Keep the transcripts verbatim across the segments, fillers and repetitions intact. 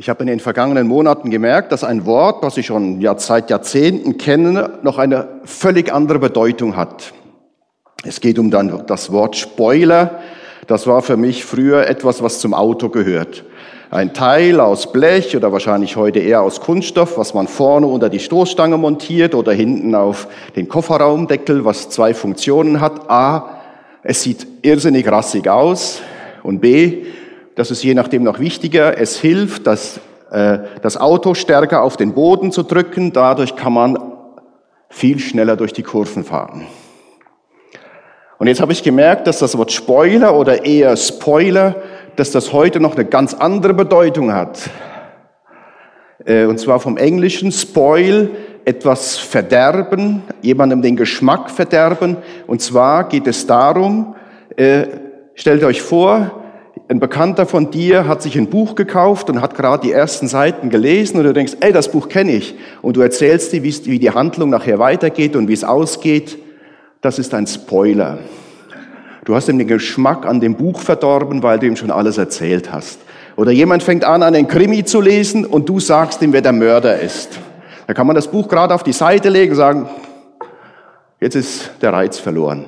Ich habe in den vergangenen Monaten gemerkt, dass ein Wort, das ich schon seit Jahrzehnten kenne, noch eine völlig andere Bedeutung hat. Es geht um dann das Wort Spoiler. Das war für mich früher etwas, was zum Auto gehört. Ein Teil aus Blech oder wahrscheinlich heute eher aus Kunststoff, was man vorne unter die Stoßstange montiert oder hinten auf den Kofferraumdeckel, was zwei Funktionen hat. A, es sieht irrsinnig rassig aus und B, das ist je nachdem noch wichtiger, es hilft, das, äh, das Auto stärker auf den Boden zu drücken. Dadurch kann man viel schneller durch die Kurven fahren. Und jetzt habe ich gemerkt, dass das Wort Spoiler oder eher Spoiler, dass das heute noch eine ganz andere Bedeutung hat. Äh, und zwar vom Englischen Spoil, etwas verderben, jemandem den Geschmack verderben. Und zwar geht es darum, äh, stellt euch vor, ein Bekannter von dir hat sich ein Buch gekauft und hat gerade die ersten Seiten gelesen und du denkst, ey, das Buch kenne ich. Und du erzählst dir, wie die Handlung nachher weitergeht und wie es ausgeht. Das ist ein Spoiler. Du hast ihm den Geschmack an dem Buch verdorben, weil du ihm schon alles erzählt hast. Oder jemand fängt an, einen Krimi zu lesen und du sagst ihm, wer der Mörder ist. Da kann man das Buch gerade auf die Seite legen und sagen, jetzt ist der Reiz verloren.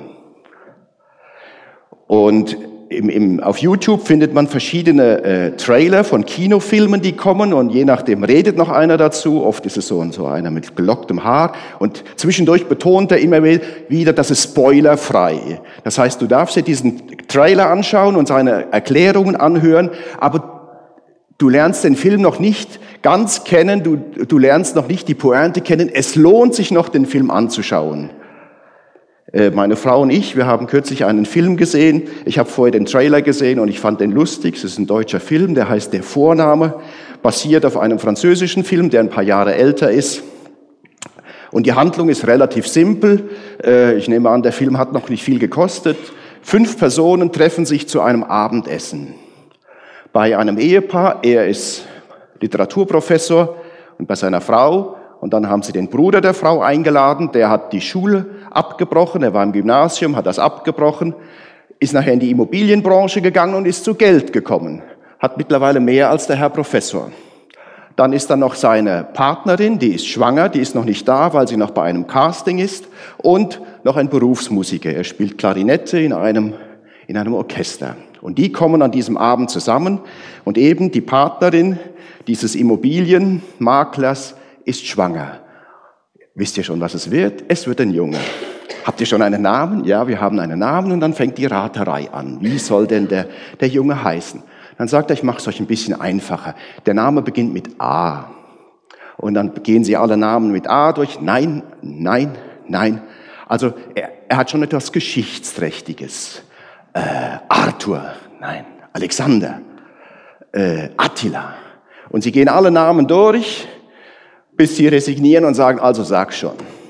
Und Im, im, auf YouTube findet man verschiedene äh, Trailer von Kinofilmen, die kommen und je nachdem redet noch einer dazu. Oft ist es so, so einer mit gelocktem Haar und zwischendurch betont er immer wieder, das ist spoilerfrei. Das heißt, du darfst dir diesen Trailer anschauen und seine Erklärungen anhören, aber du lernst den Film noch nicht ganz kennen, du, du lernst noch nicht die Pointe kennen. Es lohnt sich noch, den Film anzuschauen. Meine Frau und ich, wir haben kürzlich einen Film gesehen. Ich habe vorher den Trailer gesehen und ich fand den lustig. Es ist ein deutscher Film, der heißt Der Vorname, basiert auf einem französischen Film, der ein paar Jahre älter ist. Und die Handlung ist relativ simpel. Ich nehme an, der Film hat noch nicht viel gekostet. Fünf Personen treffen sich zu einem Abendessen. Bei einem Ehepaar, er ist Literaturprofessor, und bei seiner Frau. Und dann haben sie den Bruder der Frau eingeladen, der hat die Schule abgebrochen, er war im Gymnasium, hat das abgebrochen, ist nachher in die Immobilienbranche gegangen und ist zu Geld gekommen, hat mittlerweile mehr als der Herr Professor. Dann ist dann noch seine Partnerin, die ist schwanger, die ist noch nicht da, weil sie noch bei einem Casting ist und noch ein Berufsmusiker, er spielt Klarinette in einem, in einem Orchester. Und die kommen an diesem Abend zusammen und eben die Partnerin dieses Immobilienmaklers ist schwanger. Wisst ihr schon, was es wird? Es wird ein Junge. Habt ihr schon einen Namen? Ja, wir haben einen Namen und dann fängt die Raterei an. Wie soll denn der, der Junge heißen? Dann sagt er, ich mache es euch ein bisschen einfacher. Der Name beginnt mit A. Und dann gehen sie alle Namen mit A durch. Nein, nein, nein. Also er, er hat schon etwas Geschichtsträchtiges. Äh, Arthur, nein. Alexander, äh, Attila. Und sie gehen alle Namen durch, bis sie resignieren und sagen, also sag schon.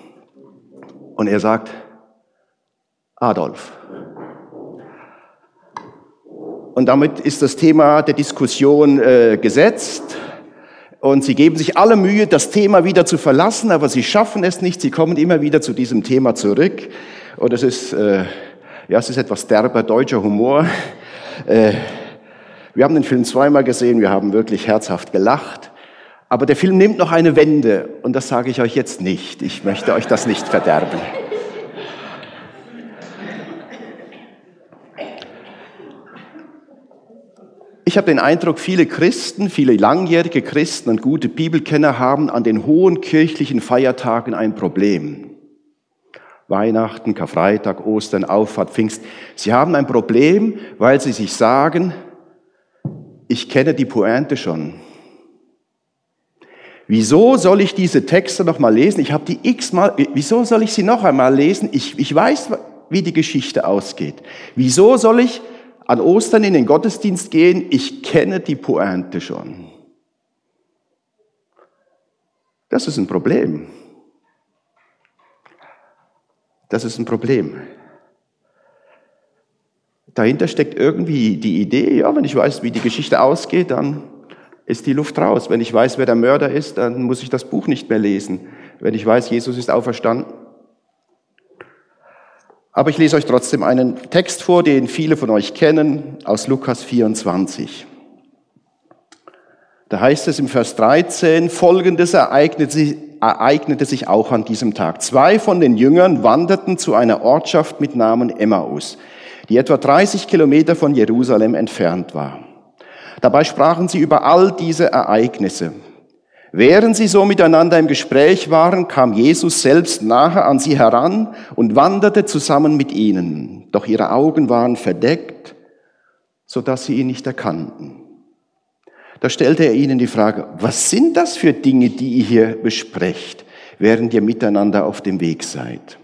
Und er sagt, Adolf. Und damit ist das Thema der Diskussion äh, gesetzt. Und sie geben sich alle Mühe, das Thema wieder zu verlassen, aber sie schaffen es nicht. Sie kommen immer wieder zu diesem Thema zurück. Und es ist, äh, ja, es ist etwas derber deutscher Humor. Äh, wir haben den Film zweimal gesehen, wir haben wirklich herzhaft gelacht. Aber der Film nimmt noch eine Wende und das sage ich euch jetzt nicht. Ich möchte euch das nicht verderben. Ich habe den Eindruck, viele Christen, viele langjährige Christen und gute Bibelkenner haben an den hohen kirchlichen Feiertagen ein Problem. Weihnachten, Karfreitag, Ostern, Auffahrt, Pfingst. Sie haben ein Problem, weil sie sich sagen, ich kenne die Pointe schon. Wieso soll ich diese Texte noch mal lesen? Ich habe die x-mal, wieso soll ich sie noch einmal lesen? Ich, ich weiß, wie die Geschichte ausgeht. Wieso soll ich an Ostern in den Gottesdienst gehen? Ich kenne die Pointe schon. Das ist ein Problem. Das ist ein Problem. Dahinter steckt irgendwie die Idee, ja, wenn ich weiß, wie die Geschichte ausgeht, dann ist die Luft raus. Wenn ich weiß, wer der Mörder ist, dann muss ich das Buch nicht mehr lesen. Wenn ich weiß, Jesus ist auferstanden. Aber ich lese euch trotzdem einen Text vor, den viele von euch kennen, aus Lukas vierundzwanzig. Da heißt es im Vers dreizehn, Folgendes ereignete sich, ereignete sich auch an diesem Tag. Zwei von den Jüngern wanderten zu einer Ortschaft mit Namen Emmaus, die etwa dreißig Kilometer von Jerusalem entfernt war. Dabei sprachen sie über all diese Ereignisse. Während sie so miteinander im Gespräch waren, kam Jesus selbst nahe an sie heran und wanderte zusammen mit ihnen. Doch ihre Augen waren verdeckt, sodass sie ihn nicht erkannten. Da stellte er ihnen die Frage, was sind das für Dinge, die ihr hier besprecht, während ihr miteinander auf dem Weg seid?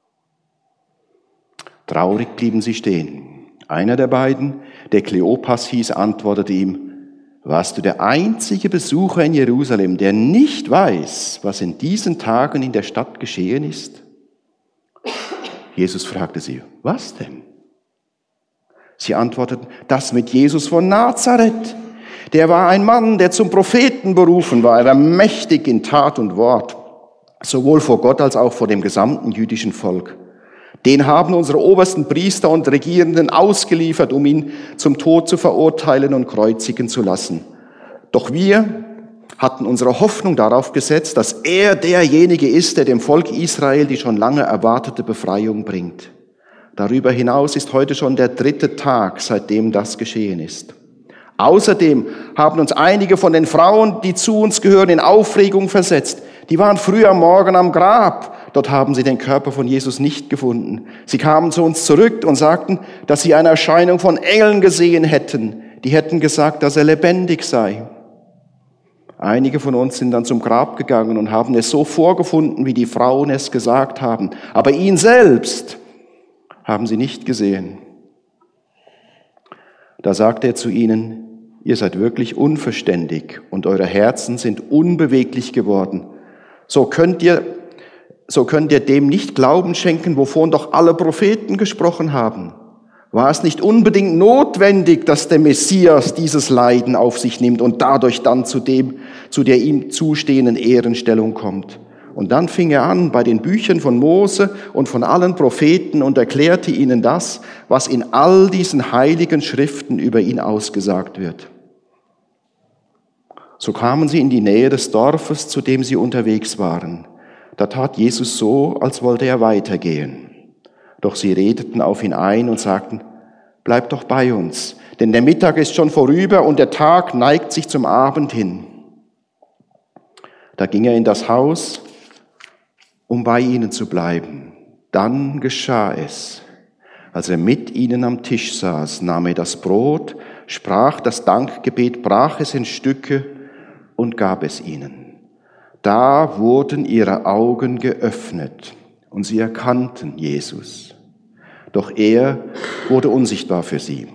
Traurig blieben sie stehen. Einer der beiden, der Kleopas hieß, antwortete ihm, warst du der einzige Besucher in Jerusalem, der nicht weiß, was in diesen Tagen in der Stadt geschehen ist? Jesus fragte sie, was denn? Sie antworteten, das mit Jesus von Nazareth. Der war ein Mann, der zum Propheten berufen war. Er war mächtig in Tat und Wort, sowohl vor Gott als auch vor dem gesamten jüdischen Volk. Den haben unsere obersten Priester und Regierenden ausgeliefert, um ihn zum Tod zu verurteilen und kreuzigen zu lassen. Doch wir hatten unsere Hoffnung darauf gesetzt, dass er derjenige ist, der dem Volk Israel die schon lange erwartete Befreiung bringt. Darüber hinaus ist heute schon der dritte Tag, seitdem das geschehen ist. Außerdem haben uns einige von den Frauen, die zu uns gehören, in Aufregung versetzt. Die waren früh am Morgen am Grab. Dort haben sie den Körper von Jesus nicht gefunden. Sie kamen zu uns zurück und sagten, dass sie eine Erscheinung von Engeln gesehen hätten. Die hätten gesagt, dass er lebendig sei. Einige von uns sind dann zum Grab gegangen und haben es so vorgefunden, wie die Frauen es gesagt haben. Aber ihn selbst haben sie nicht gesehen. Da sagte er zu ihnen, ihr seid wirklich unverständig und eure Herzen sind unbeweglich geworden. So könnt ihr, so könnt ihr dem nicht Glauben schenken, wovon doch alle Propheten gesprochen haben. War es nicht unbedingt notwendig, dass der Messias dieses Leiden auf sich nimmt und dadurch dann zu dem, zu der ihm zustehenden Ehrenstellung kommt? Und dann fing er an bei den Büchern von Mose und von allen Propheten und erklärte ihnen das, was in all diesen heiligen Schriften über ihn ausgesagt wird. So kamen sie in die Nähe des Dorfes, zu dem sie unterwegs waren. Da tat Jesus so, als wollte er weitergehen. Doch sie redeten auf ihn ein und sagten, bleib doch bei uns, denn der Mittag ist schon vorüber und der Tag neigt sich zum Abend hin. Da ging er in das Haus, um bei ihnen zu bleiben. Dann geschah es. Als er mit ihnen am Tisch saß, nahm er das Brot, sprach das Dankgebet, brach es in Stücke und gab es ihnen. Da wurden ihre Augen geöffnet und sie erkannten Jesus. Doch er wurde unsichtbar für sie.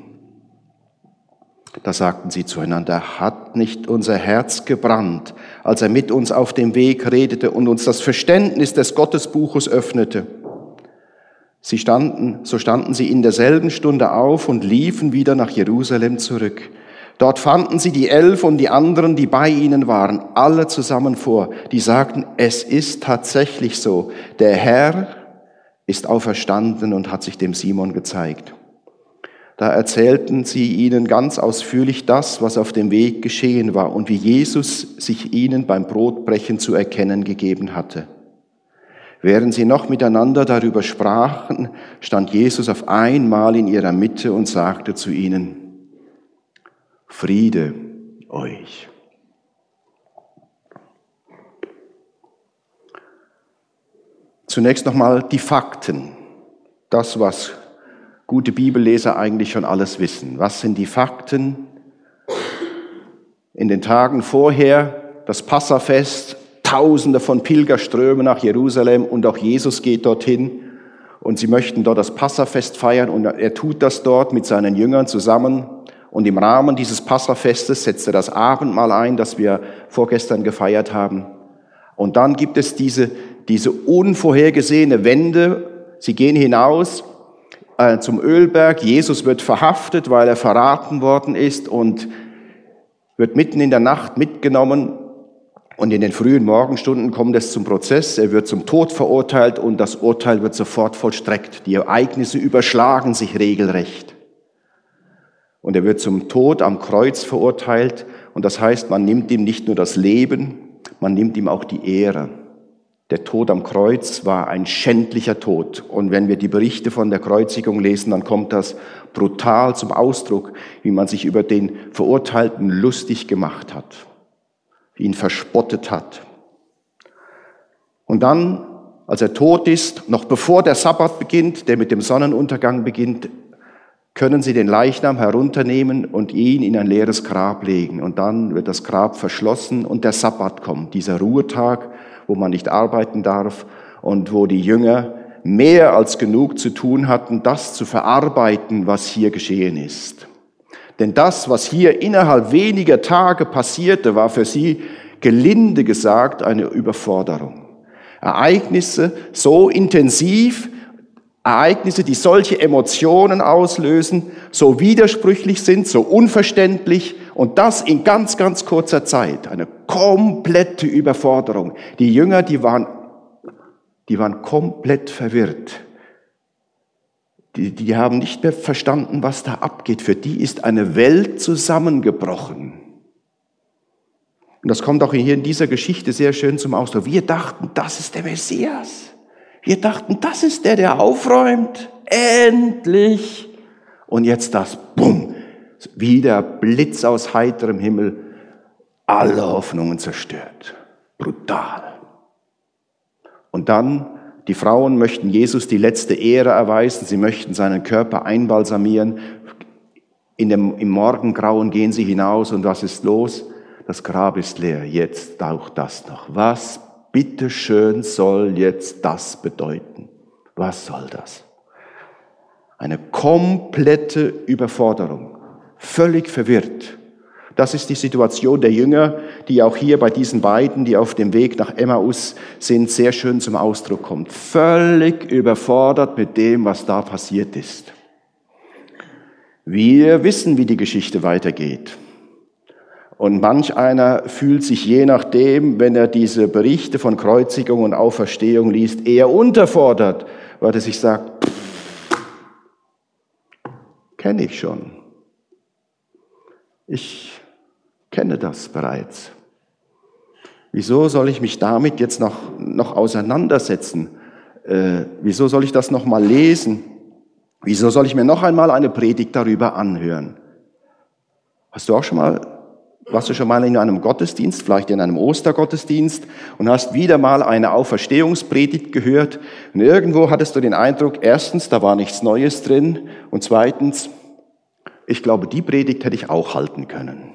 Da sagten sie zueinander, hat nicht unser Herz gebrannt, als er mit uns auf dem Weg redete und uns das Verständnis des Gottesbuches öffnete? Sie standen, so standen sie in derselben Stunde auf und liefen wieder nach Jerusalem zurück. Dort fanden sie die Elf und die anderen, die bei ihnen waren, alle zusammen vor. Die sagten, es ist tatsächlich so, der Herr ist auferstanden und hat sich dem Simon gezeigt. Da erzählten sie ihnen ganz ausführlich das, was auf dem Weg geschehen war und wie Jesus sich ihnen beim Brotbrechen zu erkennen gegeben hatte. Während sie noch miteinander darüber sprachen, stand Jesus auf einmal in ihrer Mitte und sagte zu ihnen, Friede euch. Zunächst nochmal die Fakten, das, was gute Bibelleser eigentlich schon alles wissen. Was sind die Fakten? In den Tagen vorher, das Passafest, Tausende von Pilgerströmen nach Jerusalem und auch Jesus geht dorthin und sie möchten dort das Passafest feiern und er tut das dort mit seinen Jüngern zusammen und im Rahmen dieses Passafestes setzt er das Abendmahl ein, das wir vorgestern gefeiert haben. Und dann gibt es diese, diese unvorhergesehene Wende. Sie gehen hinaus äh, zum Ölberg. Jesus wird verhaftet, weil er verraten worden ist und wird mitten in der Nacht mitgenommen. Und in den frühen Morgenstunden kommt es zum Prozess. Er wird zum Tod verurteilt und das Urteil wird sofort vollstreckt. Die Ereignisse überschlagen sich regelrecht. Und er wird zum Tod am Kreuz verurteilt Und das heißt, man nimmt ihm nicht nur das Leben, man nimmt ihm auch die Ehre. Der Tod am Kreuz war ein schändlicher Tod. Und wenn wir die Berichte von der Kreuzigung lesen, dann kommt das brutal zum Ausdruck, wie man sich über den Verurteilten lustig gemacht hat, ihn verspottet hat. Und dann, als er tot ist, noch bevor der Sabbat beginnt, der mit dem Sonnenuntergang beginnt, können sie den Leichnam herunternehmen und ihn in ein leeres Grab legen. Und dann wird das Grab verschlossen und der Sabbat kommt, dieser Ruhetag, wo man nicht arbeiten darf und wo die Jünger mehr als genug zu tun hatten, das zu verarbeiten, was hier geschehen ist. Denn das, was hier innerhalb weniger Tage passierte, war für sie, gelinde gesagt, eine Überforderung. Ereignisse so intensiv, Ereignisse, die solche Emotionen auslösen, so widersprüchlich sind, so unverständlich und das in ganz, ganz kurzer Zeit. Eine komplette Überforderung. Die Jünger, die waren, die waren komplett verwirrt. Die, die haben nicht mehr verstanden, was da abgeht. Für die ist eine Welt zusammengebrochen. Und das kommt auch hier in dieser Geschichte sehr schön zum Ausdruck. Wir dachten, das ist der Messias. Wir dachten, das ist der, der aufräumt. Endlich. Und jetzt das, bumm, wie der Blitz aus heiterem Himmel, alle Hoffnungen zerstört. Brutal. Und dann, die Frauen möchten Jesus die letzte Ehre erweisen. Sie möchten seinen Körper einbalsamieren. In dem, im Morgengrauen gehen sie hinaus und was ist los? Das Grab ist leer. Jetzt auch das noch. Was bitteschön soll jetzt das bedeuten? Was soll das? Eine komplette Überforderung. Völlig verwirrt. Das ist die Situation der Jünger, die auch hier bei diesen beiden, die auf dem Weg nach Emmaus sind, sehr schön zum Ausdruck kommt. Völlig überfordert mit dem, was da passiert ist. Wir wissen, wie die Geschichte weitergeht. Und manch einer fühlt sich je nachdem, wenn er diese Berichte von Kreuzigung und Auferstehung liest, eher unterfordert, weil er sich sagt, kenne ich schon. Ich kenne das bereits. Wieso soll ich mich damit jetzt noch, noch auseinandersetzen? Äh, wieso soll ich das noch mal lesen? Wieso soll ich mir noch einmal eine Predigt darüber anhören? Hast du auch schon mal Warst du schon mal in einem Gottesdienst, vielleicht in einem Ostergottesdienst und hast wieder mal eine Auferstehungspredigt gehört und irgendwo hattest du den Eindruck, erstens, da war nichts Neues drin und zweitens, ich glaube, die Predigt hätte ich auch halten können.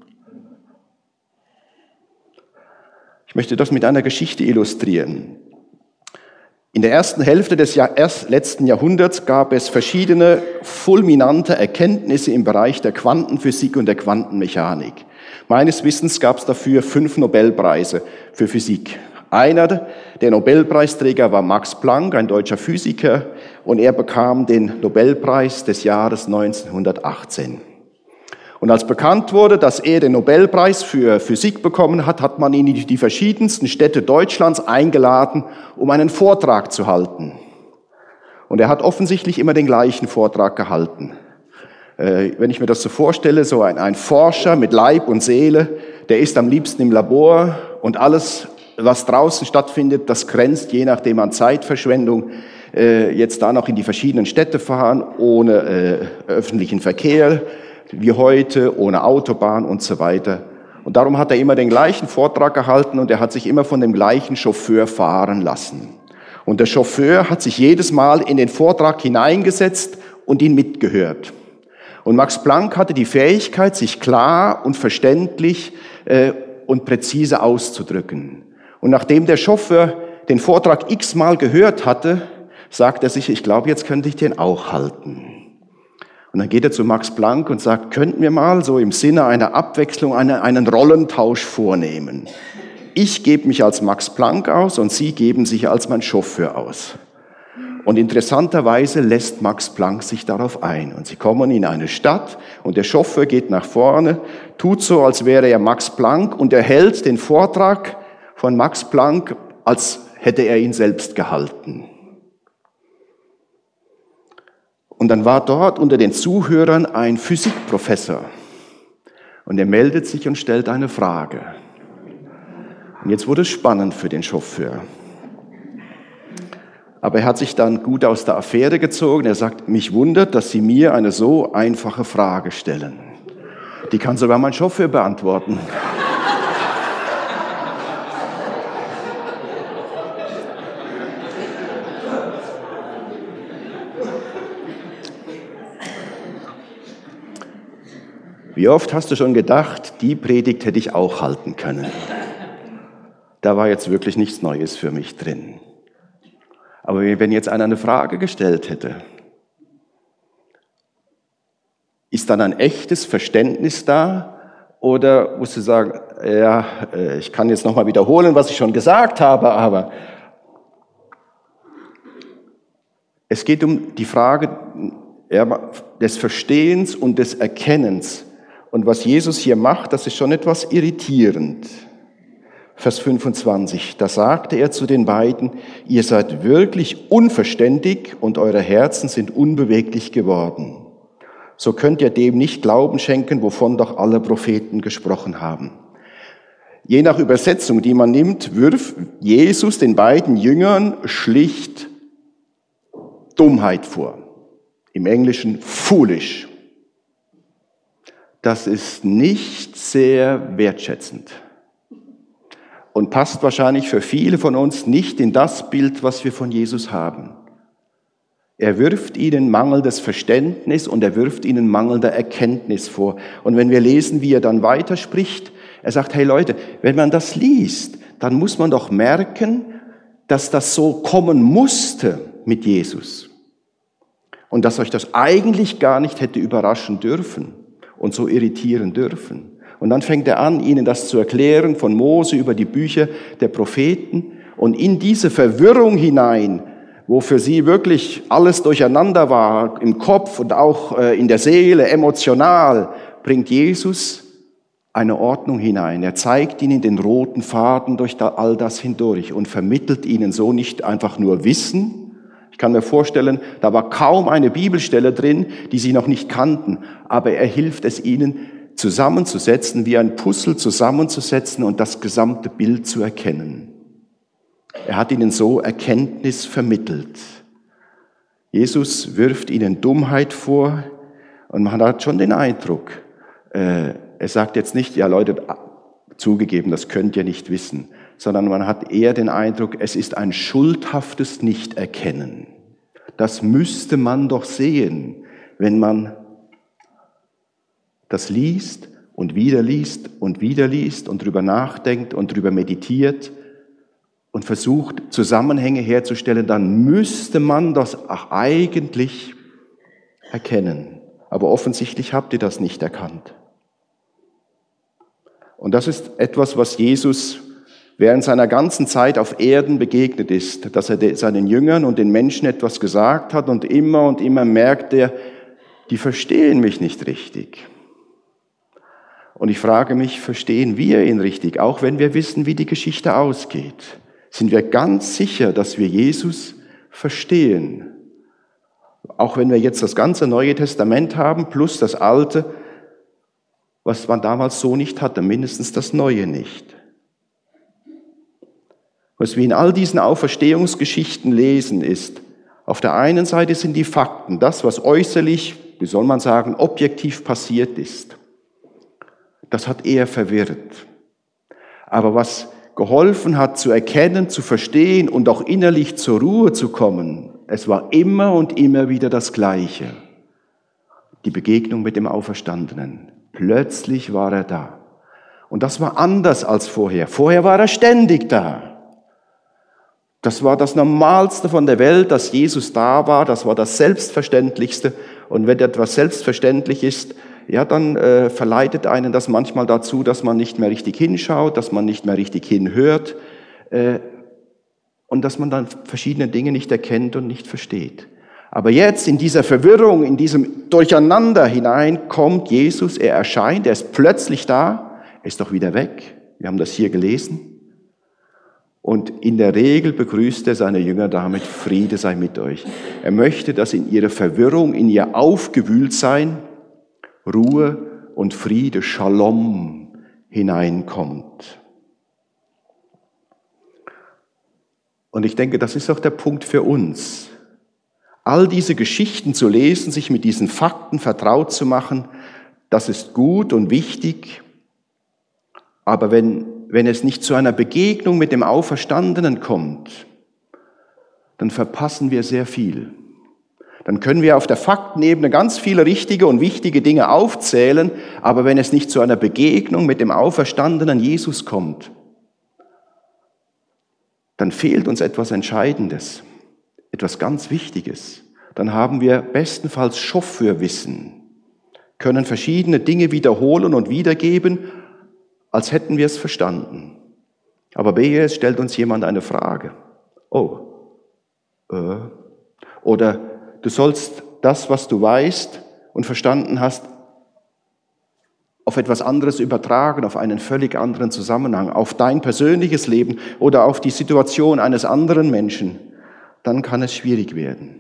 Ich möchte das mit einer Geschichte illustrieren. In der ersten Hälfte des Jahr, erst letzten Jahrhunderts gab es verschiedene fulminante Erkenntnisse im Bereich der Quantenphysik und der Quantenmechanik. Meines Wissens gab es dafür fünf Nobelpreise für Physik. Einer der Nobelpreisträger war Max Planck, ein deutscher Physiker, und er bekam den Nobelpreis des Jahres neunzehnhundertachtzehn. Und als bekannt wurde, dass er den Nobelpreis für Physik bekommen hat, hat man ihn in die verschiedensten Städte Deutschlands eingeladen, um einen Vortrag zu halten. Und er hat offensichtlich immer den gleichen Vortrag gehalten. Äh, wenn ich mir das so vorstelle, so ein, ein Forscher mit Leib und Seele, der ist am liebsten im Labor und alles, was draußen stattfindet, das grenzt je nachdem an Zeitverschwendung. Äh, jetzt da noch in die verschiedenen Städte fahren, ohne äh, öffentlichen Verkehr, wie heute, ohne Autobahn und so weiter. Und darum hat er immer den gleichen Vortrag gehalten und er hat sich immer von dem gleichen Chauffeur fahren lassen. Und der Chauffeur hat sich jedes Mal in den Vortrag hineingesetzt und ihn mitgehört. Und Max Planck hatte die Fähigkeit, sich klar und verständlich äh, und präzise auszudrücken. Und nachdem der Chauffeur den Vortrag x-mal gehört hatte, sagt er sich, ich glaube, jetzt könnte ich den auch halten. Und dann geht er zu Max Planck und sagt, könnten wir mal so im Sinne einer Abwechslung eine, einen Rollentausch vornehmen. Ich gebe mich als Max Planck aus und Sie geben sich als mein Chauffeur aus. Und interessanterweise lässt Max Planck sich darauf ein. Und sie kommen in eine Stadt und der Chauffeur geht nach vorne, tut so, als wäre er Max Planck und er hält den Vortrag von Max Planck, als hätte er ihn selbst gehalten. Und dann war dort unter den Zuhörern ein Physikprofessor. Und er meldet sich und stellt eine Frage. Und jetzt wurde es spannend für den Chauffeur. Aber er hat sich dann gut aus der Affäre gezogen. Er sagt, mich wundert, dass Sie mir eine so einfache Frage stellen. Die kann sogar mein Chauffeur beantworten. Wie oft hast du schon gedacht, die Predigt hätte ich auch halten können? Da war jetzt wirklich nichts Neues für mich drin. Aber wenn jetzt einer eine Frage gestellt hätte, ist dann ein echtes Verständnis da? Oder musst du sagen, ja, ich kann jetzt nochmal wiederholen, was ich schon gesagt habe, aber es geht um die Frage des Verstehens und des Erkennens. Und was Jesus hier macht, das ist schon etwas irritierend. Vers fünfundzwanzig, da sagte er zu den beiden, ihr seid wirklich unverständig und eure Herzen sind unbeweglich geworden. So könnt ihr dem nicht Glauben schenken, wovon doch alle Propheten gesprochen haben. Je nach Übersetzung, die man nimmt, wirft Jesus den beiden Jüngern schlicht Dummheit vor. Im Englischen foolish. Das ist nicht sehr wertschätzend und passt wahrscheinlich für viele von uns nicht in das Bild, was wir von Jesus haben. Er wirft ihnen mangelndes Verständnis und er wirft ihnen mangelnde Erkenntnis vor. Und wenn wir lesen, wie er dann weiterspricht, er sagt, hey Leute, wenn man das liest, dann muss man doch merken, dass das so kommen musste mit Jesus. Und dass euch das eigentlich gar nicht hätte überraschen dürfen und so irritieren dürfen. Und dann fängt er an, ihnen das zu erklären, von Mose über die Bücher der Propheten. Und in diese Verwirrung hinein, wo für sie wirklich alles durcheinander war, im Kopf und auch in der Seele, emotional, bringt Jesus eine Ordnung hinein. Er zeigt ihnen den roten Faden durch all das hindurch und vermittelt ihnen so nicht einfach nur Wissen. Ich kann mir vorstellen, da war kaum eine Bibelstelle drin, die sie noch nicht kannten, aber er hilft es ihnen zusammenzusetzen, wie ein Puzzle zusammenzusetzen und das gesamte Bild zu erkennen. Er hat ihnen so Erkenntnis vermittelt. Jesus wirft ihnen Dummheit vor und man hat schon den Eindruck, äh, er sagt jetzt nicht, ja Leute, zugegeben, das könnt ihr nicht wissen, sondern man hat eher den Eindruck, es ist ein schuldhaftes Nichterkennen. Das müsste man doch sehen, wenn man das liest und wieder liest und wieder liest und drüber nachdenkt und drüber meditiert und versucht, Zusammenhänge herzustellen, dann müsste man das auch eigentlich erkennen. Aber offensichtlich habt ihr das nicht erkannt. Und das ist etwas, was Jesus während seiner ganzen Zeit auf Erden begegnet ist, dass er seinen Jüngern und den Menschen etwas gesagt hat und immer und immer merkt er, die verstehen mich nicht richtig. Und ich frage mich, verstehen wir ihn richtig, auch wenn wir wissen, wie die Geschichte ausgeht? Sind wir ganz sicher, dass wir Jesus verstehen? Auch wenn wir jetzt das ganze Neue Testament haben, plus das Alte, was man damals so nicht hatte, mindestens das Neue nicht. Was wir in all diesen Auferstehungsgeschichten lesen, ist, auf der einen Seite sind die Fakten, das, was äußerlich, wie soll man sagen, objektiv passiert ist. Das hat eher verwirrt. Aber was geholfen hat, zu erkennen, zu verstehen und auch innerlich zur Ruhe zu kommen, es war immer und immer wieder das Gleiche. Die Begegnung mit dem Auferstandenen. Plötzlich war er da. Und das war anders als vorher. Vorher war er ständig da. Das war das Normalste von der Welt, dass Jesus da war. Das war das Selbstverständlichste. Und wenn etwas selbstverständlich ist, ja, dann äh, verleitet einen das manchmal dazu, dass man nicht mehr richtig hinschaut, dass man nicht mehr richtig hinhört äh, und dass man dann verschiedene Dinge nicht erkennt und nicht versteht. Aber jetzt in dieser Verwirrung, in diesem Durcheinander hinein kommt Jesus, er erscheint, er ist plötzlich da, er ist doch wieder weg. Wir haben das hier gelesen. Und in der Regel begrüßt er seine Jünger damit, Friede sei mit euch. Er möchte, dass in ihrer Verwirrung, in ihr Aufgewühltsein Ruhe und Friede, Shalom, hineinkommt. Und ich denke, das ist auch der Punkt für uns. All diese Geschichten zu lesen, sich mit diesen Fakten vertraut zu machen, das ist gut und wichtig. Aber wenn, wenn es nicht zu einer Begegnung mit dem Auferstandenen kommt, dann verpassen wir sehr viel. Dann können wir auf der Faktenebene ganz viele richtige und wichtige Dinge aufzählen, aber wenn es nicht zu einer Begegnung mit dem auferstandenen Jesus kommt, dann fehlt uns etwas Entscheidendes, etwas ganz Wichtiges. Dann haben wir bestenfalls Chauffeurwissen, können verschiedene Dinge wiederholen und wiedergeben, als hätten wir es verstanden. Aber wehe, es stellt uns jemand eine Frage. Oh, äh, oder du sollst das, was du weißt und verstanden hast, auf etwas anderes übertragen, auf einen völlig anderen Zusammenhang, auf dein persönliches Leben oder auf die Situation eines anderen Menschen, dann kann es schwierig werden.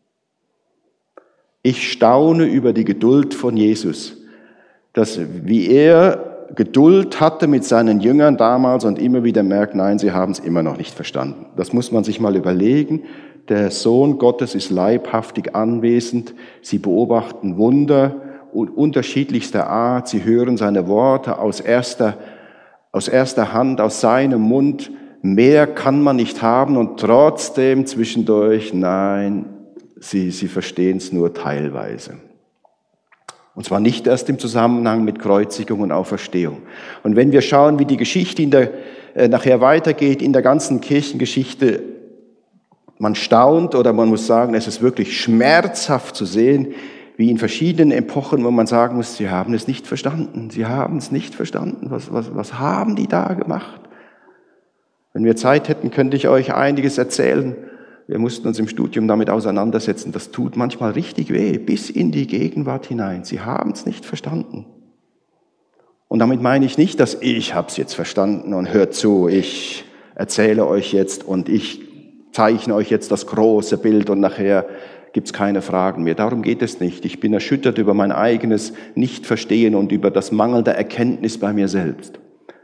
Ich staune über die Geduld von Jesus, dass wie er Geduld hatte mit seinen Jüngern damals und immer wieder merkt, nein, sie haben es immer noch nicht verstanden. Das muss man sich mal überlegen. Der Sohn Gottes ist leibhaftig anwesend. Sie beobachten Wunder und unterschiedlichster Art. Sie hören seine Worte aus erster, aus erster Hand, aus seinem Mund. Mehr kann man nicht haben und trotzdem zwischendurch, nein, sie, sie verstehen es nur teilweise. Und zwar nicht erst im Zusammenhang mit Kreuzigung und Auferstehung. Und wenn wir schauen, wie die Geschichte in der, äh, nachher weitergeht, in der ganzen Kirchengeschichte, man staunt oder man muss sagen, es ist wirklich schmerzhaft zu sehen, wie in verschiedenen Epochen, wo man sagen muss, sie haben es nicht verstanden, sie haben es nicht verstanden. Was, was, was haben die da gemacht? Wenn wir Zeit hätten, könnte ich euch einiges erzählen. Wir mussten uns im Studium damit auseinandersetzen. Das tut manchmal richtig weh, bis in die Gegenwart hinein. Sie haben es nicht verstanden. Und damit meine ich nicht, dass ich habe es jetzt verstanden und hört zu, ich erzähle euch jetzt und ich zeichne euch jetzt das große Bild und nachher gibt es keine Fragen mehr. Darum geht es nicht. Ich bin erschüttert über mein eigenes Nichtverstehen und über das mangelnde Erkenntnis bei mir selbst.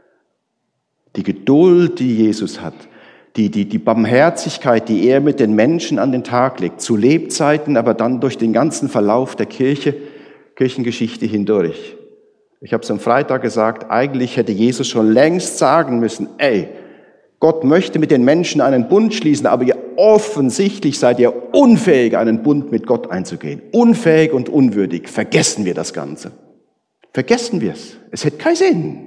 Die Geduld, die Jesus hat, die, die, die Barmherzigkeit, die er mit den Menschen an den Tag legt, zu Lebzeiten, aber dann durch den ganzen Verlauf der Kirche, Kirchengeschichte hindurch. Ich habe es am Freitag gesagt, eigentlich hätte Jesus schon längst sagen müssen, ey, Gott möchte mit den Menschen einen Bund schließen, aber ihr offensichtlich seid ihr unfähig, einen Bund mit Gott einzugehen. Unfähig und unwürdig. Vergessen wir das Ganze. Vergessen wir es. Es hätte keinen Sinn.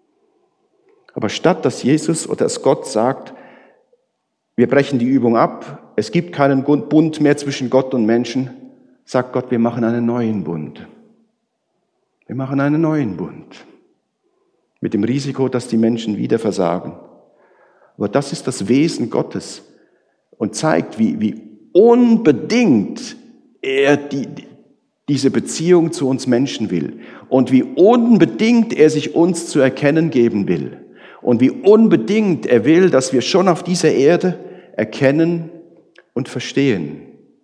Aber statt dass Jesus oder dass Gott sagt, wir brechen die Übung ab, es gibt keinen Bund mehr zwischen Gott und Menschen, sagt Gott, wir machen einen neuen Bund. Wir machen einen neuen Bund. Mit dem Risiko, dass die Menschen wieder versagen. Aber das ist das Wesen Gottes und zeigt, wie, wie unbedingt er die, diese Beziehung zu uns Menschen will und wie unbedingt er sich uns zu erkennen geben will und wie unbedingt er will, dass wir schon auf dieser Erde erkennen und verstehen.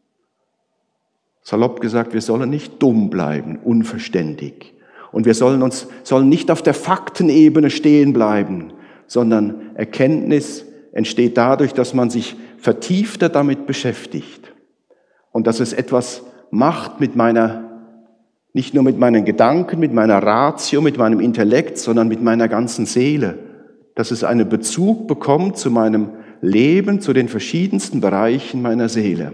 Salopp gesagt, wir sollen nicht dumm bleiben, unverständig. Und wir sollen uns, sollen nicht auf der Faktenebene stehen bleiben, sondern Erkenntnis entsteht dadurch, dass man sich vertiefter damit beschäftigt und dass es etwas macht mit meiner, nicht nur mit meinen Gedanken, mit meiner Ratio, mit meinem Intellekt, sondern mit meiner ganzen Seele, dass es einen Bezug bekommt zu meinem Leben, zu den verschiedensten Bereichen meiner Seele.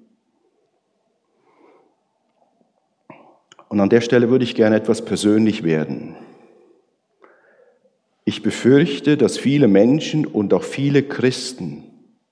Und an der Stelle würde ich gerne etwas persönlich werden. Ich befürchte, dass viele Menschen und auch viele Christen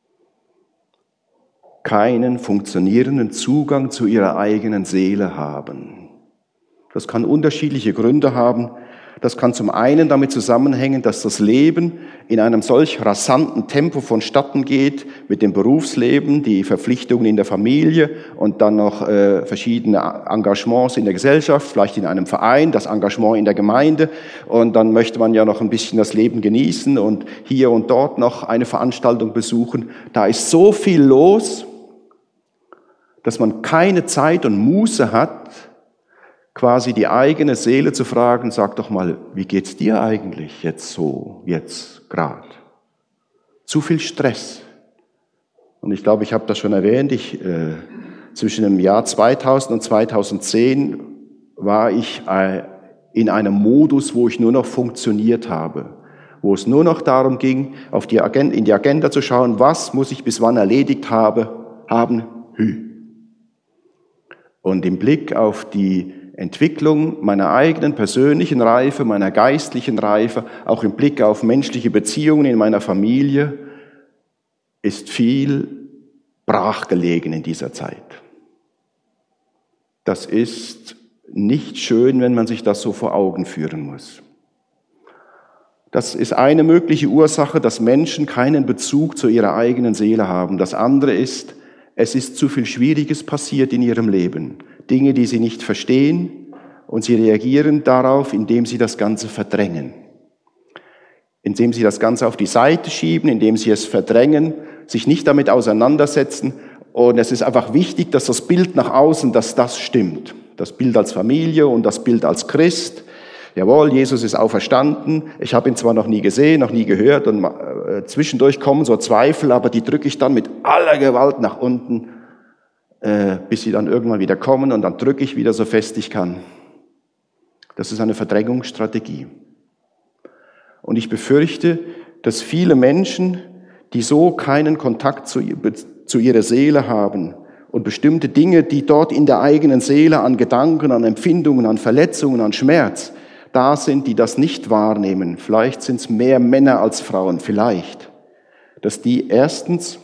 keinen funktionierenden Zugang zu ihrer eigenen Seele haben. Das kann unterschiedliche Gründe haben. Das kann zum einen damit zusammenhängen, dass das Leben in einem solch rasanten Tempo vonstatten geht, mit dem Berufsleben, die Verpflichtungen in der Familie und dann noch äh, verschiedene Engagements in der Gesellschaft, vielleicht in einem Verein, das Engagement in der Gemeinde und dann möchte man ja noch ein bisschen das Leben genießen und hier und dort noch eine Veranstaltung besuchen. Da ist so viel los, dass man keine Zeit und Muße hat, quasi die eigene Seele zu fragen, sag doch mal, wie geht's dir eigentlich jetzt so, jetzt gerade? Zu viel Stress. Und ich glaube, ich habe das schon erwähnt, ich, äh, zwischen dem Jahr zweitausend und zweitausendzehn war ich äh, in einem Modus, wo ich nur noch funktioniert habe, wo es nur noch darum ging, auf die Agenda, in die Agenda zu schauen, was muss ich bis wann erledigt habe, haben, hü. Und im Blick auf die Entwicklung meiner eigenen persönlichen Reife, meiner geistlichen Reife, auch im Blick auf menschliche Beziehungen in meiner Familie, ist viel brachgelegen in dieser Zeit. Das ist nicht schön, wenn man sich das so vor Augen führen muss. Das ist eine mögliche Ursache, dass Menschen keinen Bezug zu ihrer eigenen Seele haben. Das andere ist, es ist zu viel Schwieriges passiert in ihrem Leben. Dinge, die sie nicht verstehen, und sie reagieren darauf, indem sie das Ganze verdrängen. Indem sie das Ganze auf die Seite schieben, indem sie es verdrängen, sich nicht damit auseinandersetzen. Und es ist einfach wichtig, dass das Bild nach außen, dass das stimmt. Das Bild als Familie und das Bild als Christ. Jawohl, Jesus ist auferstanden. Ich habe ihn zwar noch nie gesehen, noch nie gehört und äh, zwischendurch kommen so Zweifel, aber die drücke ich dann mit aller Gewalt nach unten, äh, bis sie dann irgendwann wieder kommen und dann drücke ich wieder so fest ich kann. Das ist eine Verdrängungsstrategie. Und ich befürchte, dass viele Menschen, die so keinen Kontakt zu, zu ihrer Seele haben und bestimmte Dinge, die dort in der eigenen Seele an Gedanken, an Empfindungen, an Verletzungen, an Schmerz da sind, die das nicht wahrnehmen, vielleicht sind es mehr Männer als Frauen, vielleicht, dass die erstens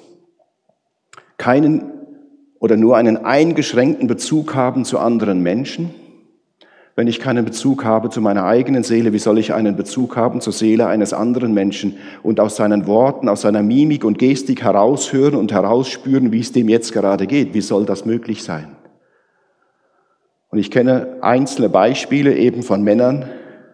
keinen oder nur einen eingeschränkten Bezug haben zu anderen Menschen. Wenn ich keinen Bezug habe zu meiner eigenen Seele, wie soll ich einen Bezug haben zur Seele eines anderen Menschen und aus seinen Worten, aus seiner Mimik und Gestik heraushören und herausspüren, wie es dem jetzt gerade geht? Wie soll das möglich sein? Und ich kenne einzelne Beispiele eben von Männern,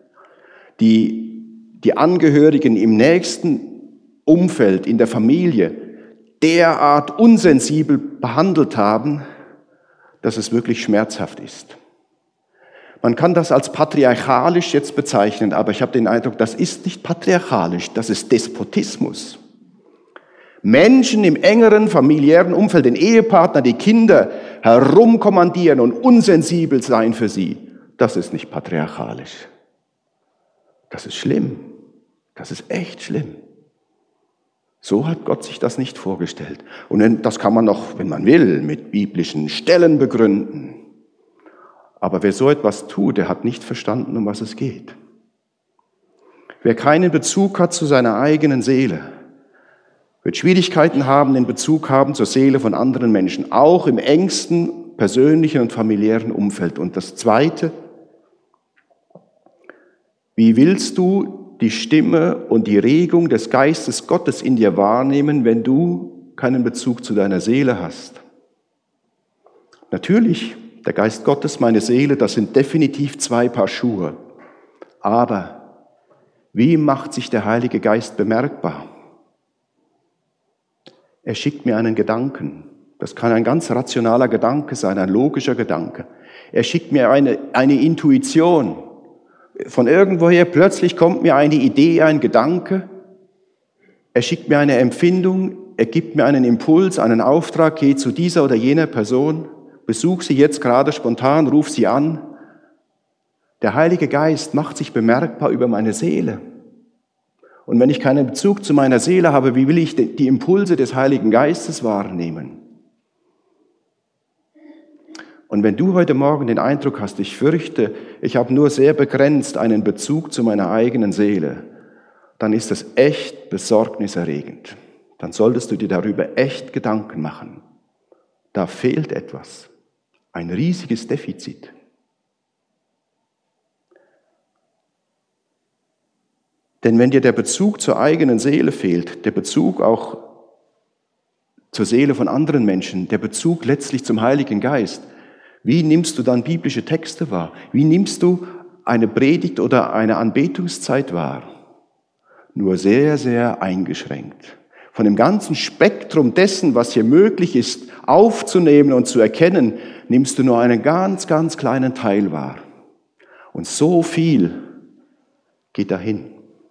die die Angehörigen im nächsten Umfeld, in der Familie, derart unsensibel behandelt haben, dass es wirklich schmerzhaft ist. Man kann das als patriarchalisch jetzt bezeichnen, aber ich habe den Eindruck, das ist nicht patriarchalisch, das ist Despotismus. Menschen im engeren familiären Umfeld, den Ehepartner, die Kinder herumkommandieren und unsensibel sein für sie, das ist nicht patriarchalisch. Das ist schlimm. Das ist echt schlimm. So hat Gott sich das nicht vorgestellt. Und das kann man noch, wenn man will, mit biblischen Stellen begründen. Aber wer so etwas tut, der hat nicht verstanden, um was es geht. Wer keinen Bezug hat zu seiner eigenen Seele, wird Schwierigkeiten haben, den Bezug haben zur Seele von anderen Menschen, auch im engsten persönlichen und familiären Umfeld. Und das Zweite, wie willst du die Stimme und die Regung des Geistes Gottes in dir wahrnehmen, wenn du keinen Bezug zu deiner Seele hast? Natürlich, der Geist Gottes, meine Seele, das sind definitiv zwei Paar Schuhe. Aber wie macht sich der Heilige Geist bemerkbar? Er schickt mir einen Gedanken. Das kann ein ganz rationaler Gedanke sein, ein logischer Gedanke. Er schickt mir eine, eine Intuition. Von irgendwoher plötzlich kommt mir eine Idee, ein Gedanke. Er schickt mir eine Empfindung, er gibt mir einen Impuls, einen Auftrag, geh zu dieser oder jener Person, besuch sie jetzt gerade spontan, ruf sie an. Der Heilige Geist macht sich bemerkbar über meine Seele. Und wenn ich keinen Bezug zu meiner Seele habe, wie will ich die Impulse des Heiligen Geistes wahrnehmen? Und wenn du heute Morgen den Eindruck hast, ich fürchte, ich habe nur sehr begrenzt einen Bezug zu meiner eigenen Seele, dann ist das echt besorgniserregend. Dann solltest du dir darüber echt Gedanken machen. Da fehlt etwas, ein riesiges Defizit. Denn wenn dir der Bezug zur eigenen Seele fehlt, der Bezug auch zur Seele von anderen Menschen, der Bezug letztlich zum Heiligen Geist, wie nimmst du dann biblische Texte wahr? Wie nimmst du eine Predigt oder eine Anbetungszeit wahr? Nur sehr, sehr eingeschränkt. Von dem ganzen Spektrum dessen, was hier möglich ist, aufzunehmen und zu erkennen, nimmst du nur einen ganz, ganz kleinen Teil wahr. Und so viel geht dahin.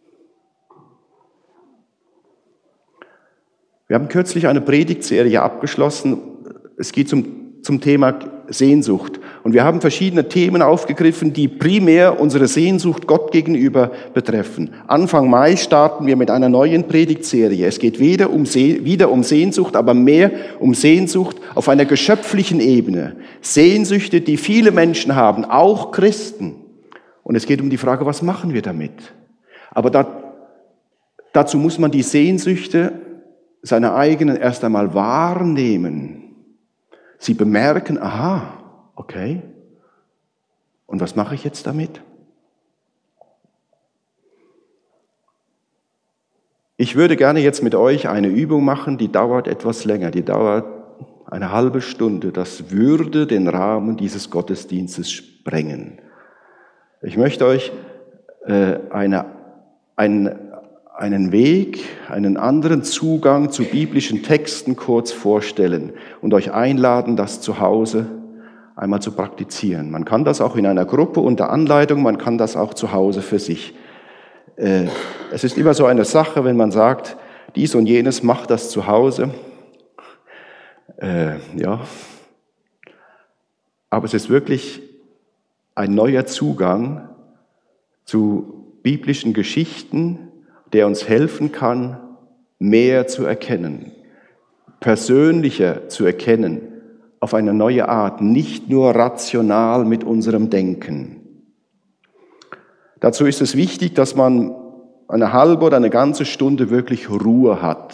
Wir haben kürzlich eine Predigtserie abgeschlossen. Es geht zum, zum Thema Sehnsucht. Und wir haben verschiedene Themen aufgegriffen, die primär unsere Sehnsucht Gott gegenüber betreffen. Anfang Mai starten wir mit einer neuen Predigtserie. Es geht weder um Se- wieder um Sehnsucht, aber mehr um Sehnsucht auf einer geschöpflichen Ebene. Sehnsüchte, die viele Menschen haben, auch Christen. Und es geht um die Frage, was machen wir damit? Aber da, dazu muss man die Sehnsüchte seiner eigenen erst einmal wahrnehmen. Sie bemerken, aha, okay, und was mache ich jetzt damit? Ich würde gerne jetzt mit euch eine Übung machen, die dauert etwas länger, die dauert eine halbe Stunde. Das würde den Rahmen dieses Gottesdienstes sprengen. Ich möchte euch äh, eine, ein, einen Weg, einen anderen Zugang zu biblischen Texten kurz vorstellen und euch einladen, das zu Hause einmal zu praktizieren. Man kann das auch in einer Gruppe unter Anleitung, man kann das auch zu Hause für sich. Es ist immer so eine Sache, wenn man sagt, dies und jenes, macht das zu Hause. Äh, ja. Aber es ist wirklich ein neuer Zugang zu biblischen Geschichten, der uns helfen kann, mehr zu erkennen, persönlicher zu erkennen, auf eine neue Art, nicht nur rational mit unserem Denken. Dazu ist es wichtig, dass man eine halbe oder eine ganze Stunde wirklich Ruhe hat,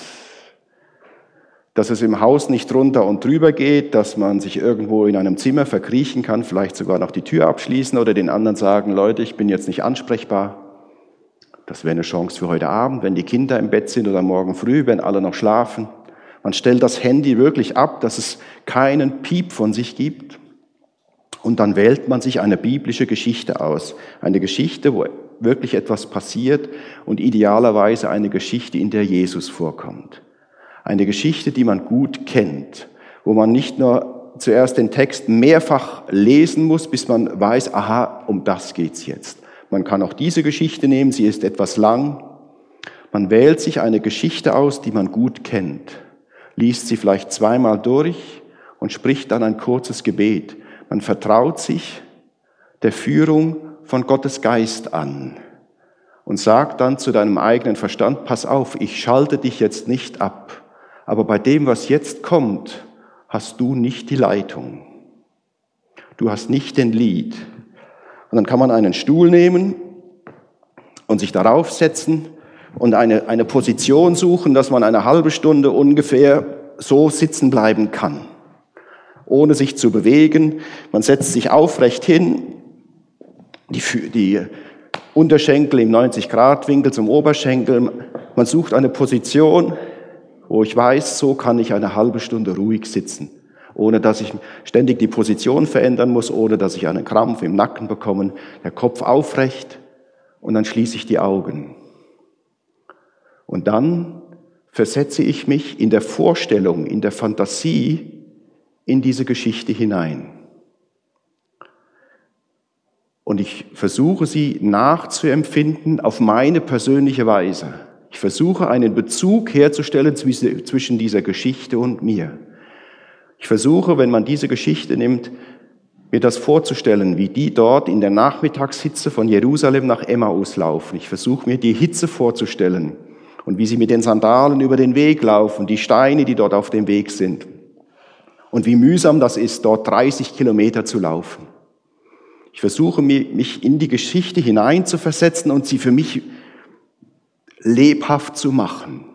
dass es im Haus nicht drunter und drüber geht, dass man sich irgendwo in einem Zimmer verkriechen kann, vielleicht sogar noch die Tür abschließen oder den anderen sagen, Leute, ich bin jetzt nicht ansprechbar. Das wäre eine Chance für heute Abend, wenn die Kinder im Bett sind oder morgen früh, wenn alle noch schlafen. Man stellt das Handy wirklich ab, dass es keinen Piep von sich gibt. Und dann wählt man sich eine biblische Geschichte aus. Eine Geschichte, wo wirklich etwas passiert und idealerweise eine Geschichte, in der Jesus vorkommt. Eine Geschichte, die man gut kennt, wo man nicht nur zuerst den Text mehrfach lesen muss, bis man weiß, aha, um das geht's jetzt. Man kann auch diese Geschichte nehmen, sie ist etwas lang. Man wählt sich eine Geschichte aus, die man gut kennt, liest sie vielleicht zweimal durch und spricht dann ein kurzes Gebet. Man vertraut sich der Führung von Gottes Geist an und sagt dann zu deinem eigenen Verstand, pass auf, ich schalte dich jetzt nicht ab, aber bei dem, was jetzt kommt, hast du nicht die Leitung. Du hast nicht den Lead. Und dann kann man einen Stuhl nehmen und sich darauf setzen und eine, eine Position suchen, dass man eine halbe Stunde ungefähr so sitzen bleiben kann, ohne sich zu bewegen. Man setzt sich aufrecht hin, die, die Unterschenkel im neunzig Grad Winkel zum Oberschenkel. Man sucht eine Position, wo ich weiß, so kann ich eine halbe Stunde ruhig sitzen, ohne dass ich ständig die Position verändern muss, ohne dass ich einen Krampf im Nacken bekomme, der Kopf aufrecht und dann schließe ich die Augen. Und dann versetze ich mich in der Vorstellung, in der Fantasie in diese Geschichte hinein. Und ich versuche sie nachzuempfinden auf meine persönliche Weise. Ich versuche einen Bezug herzustellen zwischen dieser Geschichte und mir. Ich versuche, wenn man diese Geschichte nimmt, mir das vorzustellen, wie die dort in der Nachmittagshitze von Jerusalem nach Emmaus laufen. Ich versuche mir die Hitze vorzustellen und wie sie mit den Sandalen über den Weg laufen, die Steine, die dort auf dem Weg sind. Und wie mühsam das ist, dort dreißig Kilometer zu laufen. Ich versuche, mich in die Geschichte hineinzuversetzen und sie für mich lebhaft zu machen.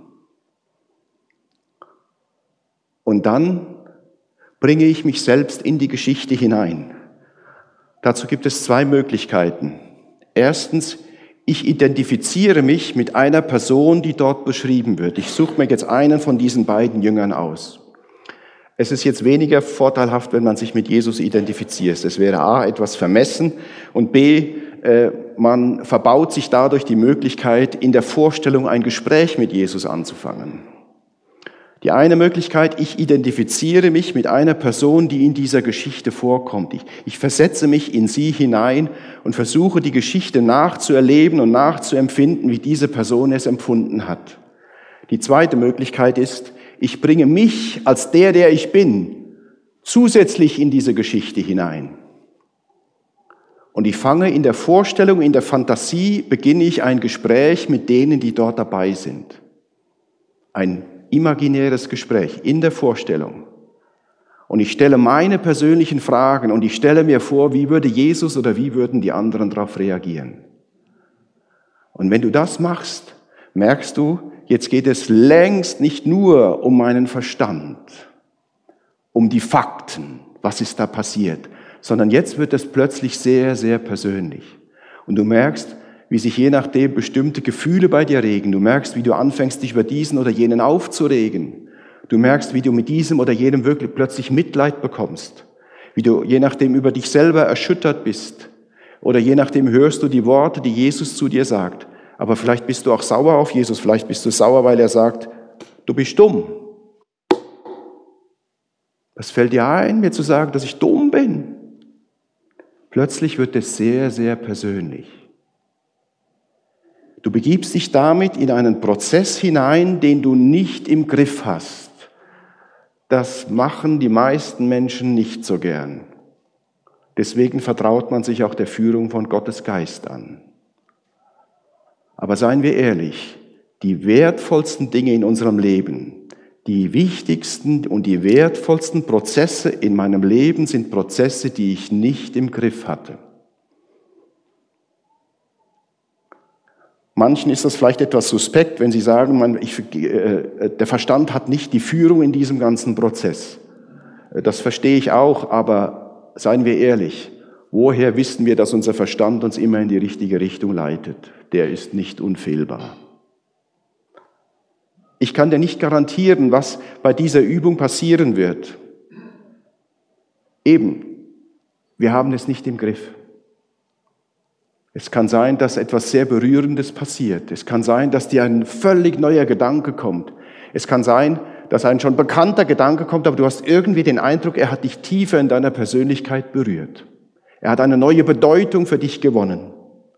Und dann bringe ich mich selbst in die Geschichte hinein. Dazu gibt es zwei Möglichkeiten. Erstens, ich identifiziere mich mit einer Person, die dort beschrieben wird. Ich suche mir jetzt einen von diesen beiden Jüngern aus. Es ist jetzt weniger vorteilhaft, wenn man sich mit Jesus identifiziert. Es wäre A, etwas vermessen und B, äh, man verbaut sich dadurch die Möglichkeit, in der Vorstellung ein Gespräch mit Jesus anzufangen. Die eine Möglichkeit, ich identifiziere mich mit einer Person, die in dieser Geschichte vorkommt. Ich, ich versetze mich in sie hinein und versuche, die Geschichte nachzuerleben und nachzuempfinden, wie diese Person es empfunden hat. Die zweite Möglichkeit ist, ich bringe mich als der, der ich bin, zusätzlich in diese Geschichte hinein. Und ich fange in der Vorstellung, in der Fantasie, beginne ich ein Gespräch mit denen, die dort dabei sind. Ein imaginäres Gespräch in der Vorstellung. Und ich stelle meine persönlichen Fragen und ich stelle mir vor, wie würde Jesus oder wie würden die anderen darauf reagieren. Und wenn du das machst, merkst du, jetzt geht es längst nicht nur um meinen Verstand, um die Fakten, was ist da passiert, sondern jetzt wird es plötzlich sehr, sehr persönlich. Und du merkst, wie sich je nachdem bestimmte Gefühle bei dir regen. Du merkst, wie du anfängst, dich über diesen oder jenen aufzuregen. Du merkst, wie du mit diesem oder jenem wirklich plötzlich Mitleid bekommst. Wie du je nachdem über dich selber erschüttert bist. Oder je nachdem hörst du die Worte, die Jesus zu dir sagt. Aber vielleicht bist du auch sauer auf Jesus. Vielleicht bist du sauer, weil er sagt, du bist dumm. Was fällt dir ein, mir zu sagen, dass ich dumm bin? Plötzlich wird es sehr, sehr persönlich. Du begibst dich damit in einen Prozess hinein, den du nicht im Griff hast. Das machen die meisten Menschen nicht so gern. Deswegen vertraut man sich auch der Führung von Gottes Geist an. Aber seien wir ehrlich, die wertvollsten Dinge in unserem Leben, die wichtigsten und die wertvollsten Prozesse in meinem Leben sind Prozesse, die ich nicht im Griff hatte. Manchen ist das vielleicht etwas suspekt, wenn sie sagen, man, ich, äh, der Verstand hat nicht die Führung in diesem ganzen Prozess. Das verstehe ich auch, aber seien wir ehrlich, woher wissen wir, dass unser Verstand uns immer in die richtige Richtung leitet? Der ist nicht unfehlbar. Ich kann dir nicht garantieren, was bei dieser Übung passieren wird. Eben, wir haben es nicht im Griff. Es kann sein, dass etwas sehr Berührendes passiert. Es kann sein, dass dir ein völlig neuer Gedanke kommt. Es kann sein, dass ein schon bekannter Gedanke kommt, aber du hast irgendwie den Eindruck, er hat dich tiefer in deiner Persönlichkeit berührt. Er hat eine neue Bedeutung für dich gewonnen.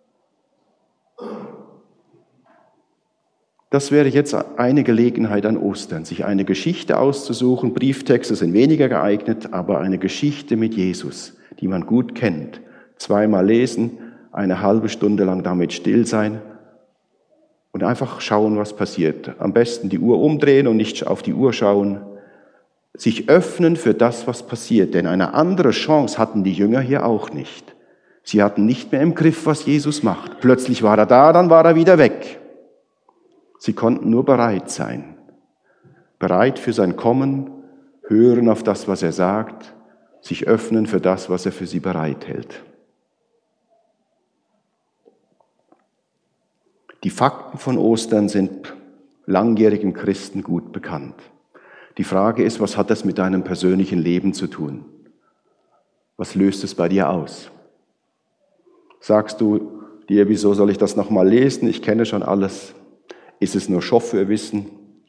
Das wäre jetzt eine Gelegenheit an Ostern, sich eine Geschichte auszusuchen. Brieftexte sind weniger geeignet, aber eine Geschichte mit Jesus, die man gut kennt. Zweimal lesen, eine halbe Stunde lang damit still sein und einfach schauen, was passiert. Am besten die Uhr umdrehen und nicht auf die Uhr schauen. Sich öffnen für das, was passiert. Denn eine andere Chance hatten die Jünger hier auch nicht. Sie hatten nicht mehr im Griff, was Jesus macht. Plötzlich war er da, dann war er wieder weg. Sie konnten nur bereit sein. Bereit für sein Kommen, hören auf das, was er sagt, sich öffnen für das, was er für sie bereithält. Die Fakten von Ostern sind langjährigen Christen gut bekannt. Die Frage ist, was hat das mit deinem persönlichen Leben zu tun? Was löst es bei dir aus? Sagst du dir, wieso soll ich das nochmal lesen? Ich kenne schon alles. Ist es nur Stoff für Wissen?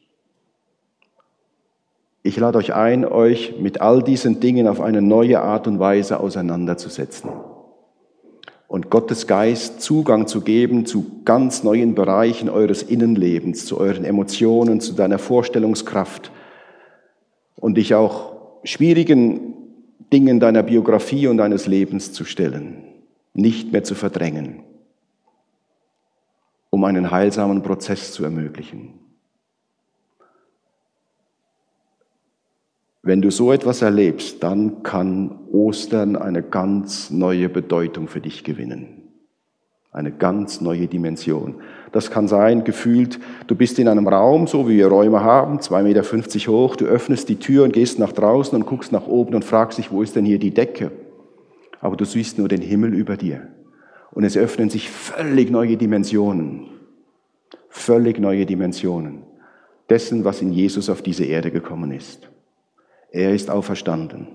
Ich lade euch ein, euch mit all diesen Dingen auf eine neue Art und Weise auseinanderzusetzen. Und Gottes Geist Zugang zu geben zu ganz neuen Bereichen eures Innenlebens, zu euren Emotionen, zu deiner Vorstellungskraft und dich auch schwierigen Dingen deiner Biografie und deines Lebens zu stellen, nicht mehr zu verdrängen, um einen heilsamen Prozess zu ermöglichen. Wenn du so etwas erlebst, dann kann Ostern eine ganz neue Bedeutung für dich gewinnen. Eine ganz neue Dimension. Das kann sein, gefühlt, du bist in einem Raum, so wie wir Räume haben, zwei Meter fünfzig hoch, du öffnest die Tür und gehst nach draußen und guckst nach oben und fragst dich, wo ist denn hier die Decke? Aber du siehst nur den Himmel über dir. Und es öffnen sich völlig neue Dimensionen. Völlig neue Dimensionen dessen, was in Jesus auf diese Erde gekommen ist. Er ist auferstanden.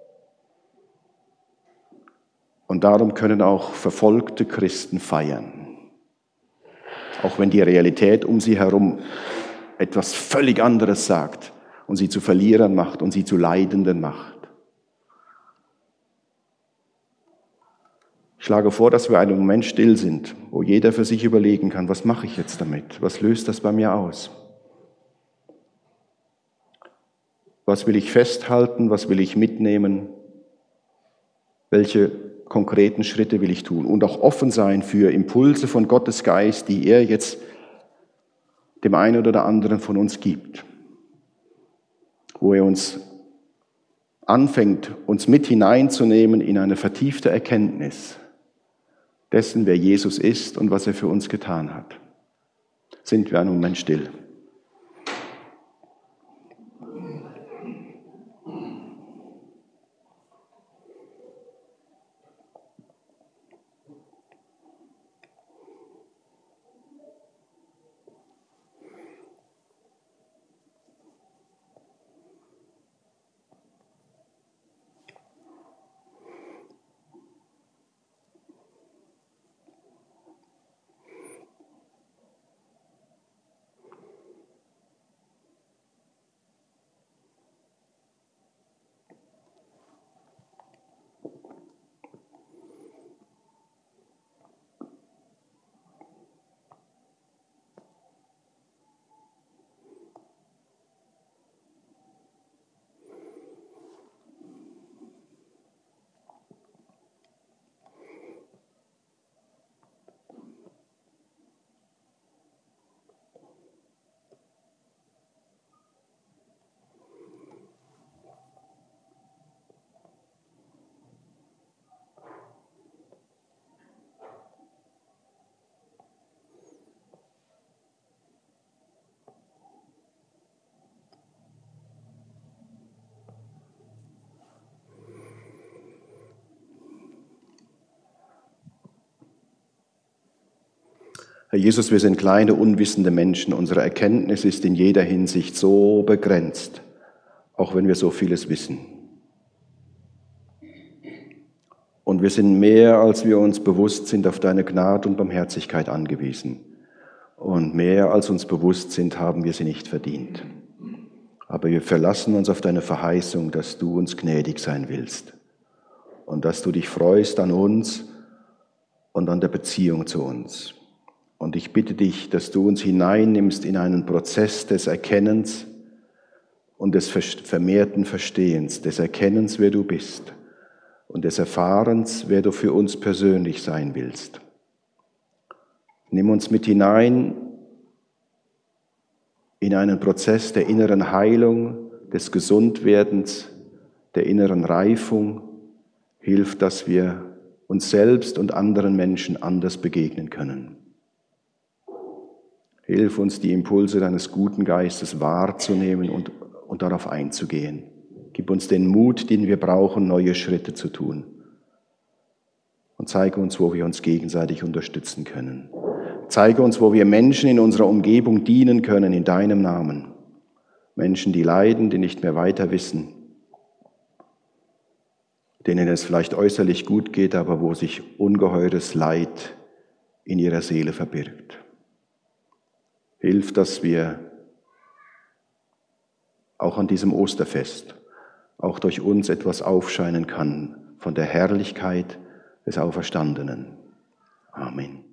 Und darum können auch verfolgte Christen feiern. Auch wenn die Realität um sie herum etwas völlig anderes sagt. und sie zu Verlierern macht und sie zu Leidenden macht. Ich schlage vor, dass wir einen Moment still sind, wo jeder für sich überlegen kann, was mache ich jetzt damit? Was löst das bei mir aus? Was will ich festhalten? Was will ich mitnehmen? Welche konkreten Schritte will ich tun? Und auch offen sein für Impulse von Gottes Geist, die er jetzt dem einen oder anderen von uns gibt. Wo er uns anfängt, uns mit hineinzunehmen in eine vertiefte Erkenntnis dessen, wer Jesus ist und was er für uns getan hat. Sind wir einen Moment still. Herr Jesus, wir sind kleine, unwissende Menschen. Unsere Erkenntnis ist in jeder Hinsicht so begrenzt, auch wenn wir so vieles wissen. Und wir sind mehr, als wir uns bewusst sind, auf deine Gnade und Barmherzigkeit angewiesen. Und mehr, als uns bewusst sind, haben wir sie nicht verdient. Aber wir verlassen uns auf deine Verheißung, dass du uns gnädig sein willst und dass du dich freust an uns und an der Beziehung zu uns. Und ich bitte dich, dass du uns hineinnimmst in einen Prozess des Erkennens und des vermehrten Verstehens, des Erkennens, wer du bist und des Erfahrens, wer du für uns persönlich sein willst. Nimm uns mit hinein in einen Prozess der inneren Heilung, des Gesundwerdens, der inneren Reifung. Hilf, dass wir uns selbst und anderen Menschen anders begegnen können. Hilf uns, die Impulse deines guten Geistes wahrzunehmen und, und darauf einzugehen. Gib uns den Mut, den wir brauchen, neue Schritte zu tun. Und zeige uns, wo wir uns gegenseitig unterstützen können. Zeige uns, wo wir Menschen in unserer Umgebung dienen können, in deinem Namen. Menschen, die leiden, die nicht mehr weiter wissen, denen es vielleicht äußerlich gut geht, aber wo sich ungeheures Leid in ihrer Seele verbirgt. Hilf, dass wir auch an diesem Osterfest, auch durch uns etwas aufscheinen kann von der Herrlichkeit des Auferstandenen. Amen.